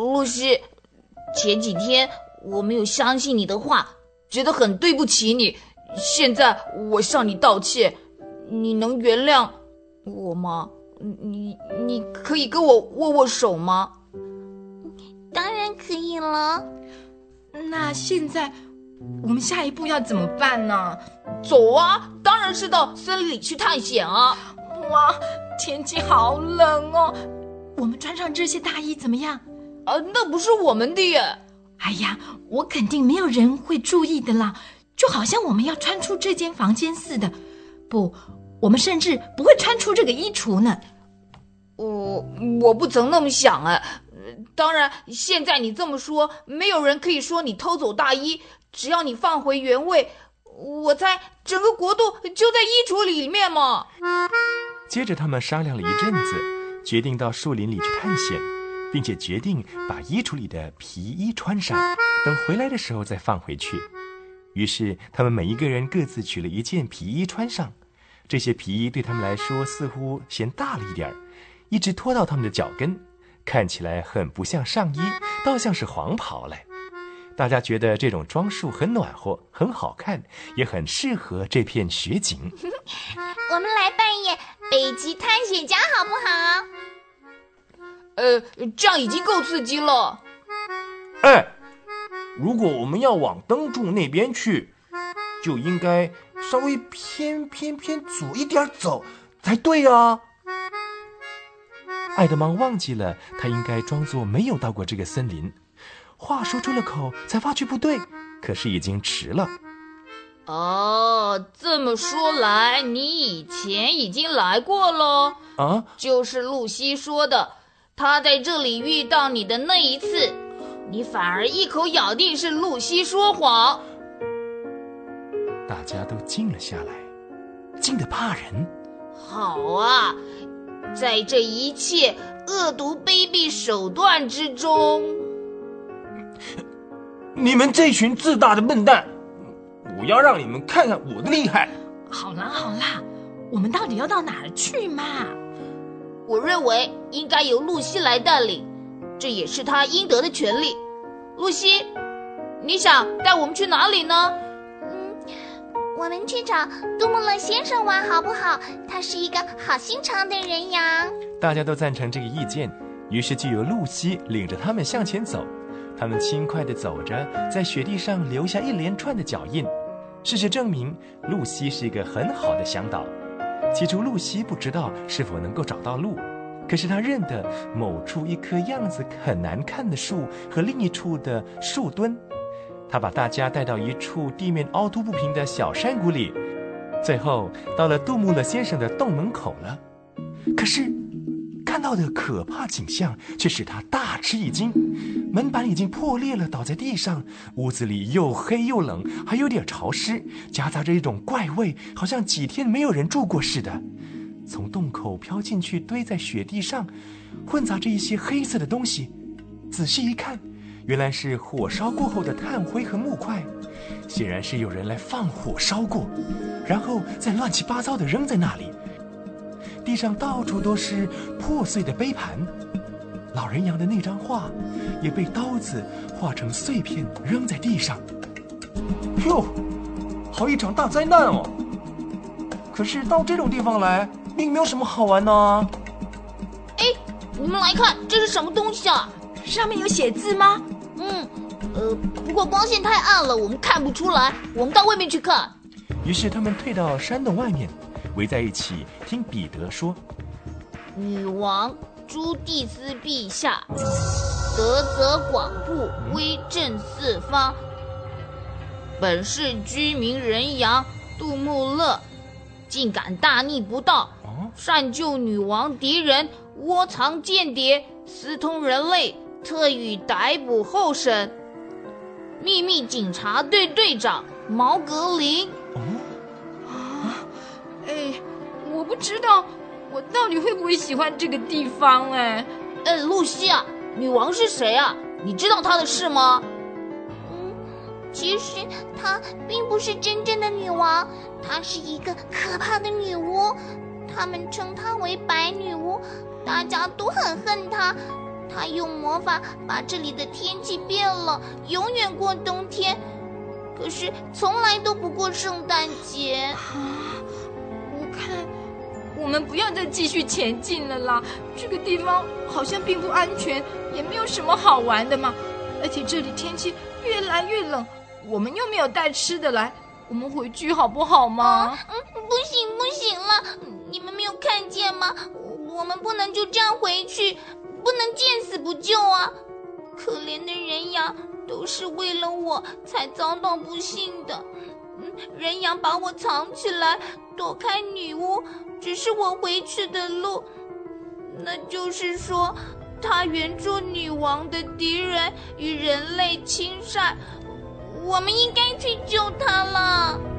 露西，前几天我没有相信你的话，觉得很对不起你。现在我向你道歉，你能原谅我吗？你可以跟我握握手吗？ 当然可以了。 那现在我们下一步要怎么办呢？ 走啊，当然是到森林里去探险啊。 哇，天气好冷哦，我们穿上这些大衣怎么样？ 那不是我们的耶。 哎呀，我肯定没有人会注意的啦，就好像我们要穿出这间房间似的。不，我们甚至不会穿出这个衣橱呢。 我不曾那么想啊。当然，现在你这么说，没有人可以说你偷走大衣。只要你放回原位，我猜整个国度就在衣橱里面嘛。 接着他们商量了一阵子，决定到树林里去探险，并且决定把衣橱里的皮衣穿上，等回来的时候再放回去。于是他们每一个人各自取了一件皮衣穿上，这些皮衣对他们来说似乎嫌大了一点，一直拖到他们的脚跟，看起来很不像上衣，倒像是黄袍嘞。大家觉得这种装束很暖和，很好看，也很适合这片雪景。 我们来扮演北极探险家好不好？ 这样已经够刺激了。 如果我们要往灯柱那边去，就应该稍微偏左一点走才对啊。 爱德芒忘记了他应该装作没有到过这个森林，话说出了口才发觉不对，可是已经迟了。 这么说来，你以前已经来过咯。就是露西说的，她在这里遇到你的那一次，你反而一口咬定是露西说谎。 大家都静了下来，静得怕人。 好啊，在这一切恶毒卑鄙手段之中， 你们这群自大的笨蛋，我要让你们看看我的厉害。 好啦，我们到底要到哪儿去嘛？ 我认为应该由露西来带领，这也是她应得的权利。露西，你想带我们去哪里呢？ 我们去找杜穆勒先生玩好不好？他是一个好心肠的人呀。 大家都赞成这个意见，于是就由露西领着他们向前走。他们轻快地走着，在雪地上留下一连串的脚印。事实证明，露西是一个很好的向导。起初露西不知道是否能够找到路，可是她认得某处一棵样子很难看的树和另一处的树墩。她把大家带到一处地面凹凸不平的小山谷里，最后到了杜穆勒先生的洞门口了。可是看到的可怕景象却使他大吃一惊，门板已经破裂了，倒在地上，屋子里又黑又冷，还有点潮湿，夹杂着一种怪味，好像几天没有人住过似的。从洞口飘进去堆在雪地上，混杂着一些黑色的东西，仔细一看，原来是火烧过后的炭灰和木块，显然是有人来放火烧过，然后再乱七八糟的扔在那里。地上到处都是破碎的杯盘，老人养的那张画也被刀子划成碎片扔在地上。 哟，好一场大灾难哦！可是到这种地方来并没有什么好玩呢。 你们来看，这是什么东西啊？ 上面有写字吗？ 不过光线太暗了，我们看不出来。我们到外面去看。 于是他们退到山洞外面，围在一起听彼得说： 女王朱蒂斯陛下，德泽广布，威震四方。本市居民人杨杜穆勒，竟敢大逆不道，擅救女王敌人，窝藏间谍，私通人类，特予逮捕候审。秘密警察队队长毛格林。 我不知道我到底会不会喜欢这个地方。 露西啊，女王是谁啊？你知道她的事吗？ 其实她并不是真正的女王，她是一个可怕的女巫，他们称她为白女巫，大家都很恨她。 他用魔法把这里的天气变冷，永远过冬天，可是从来都不过圣诞节。 我看我们不要再继续前进了啦，这个地方好像并不安全，也没有什么好玩的嘛。而且这里天气越来越冷，我们又没有带吃的来，我们回去好不好吗？ 不行了，你们没有看见吗？我们不能就这样回去，不能见死不救啊！可怜的人羊都是为了我才遭到不幸的。人羊把我藏起来，躲开女巫，只是我回去的路。那就是说，他援助女王的敌人与人类亲善，我们应该去救他了。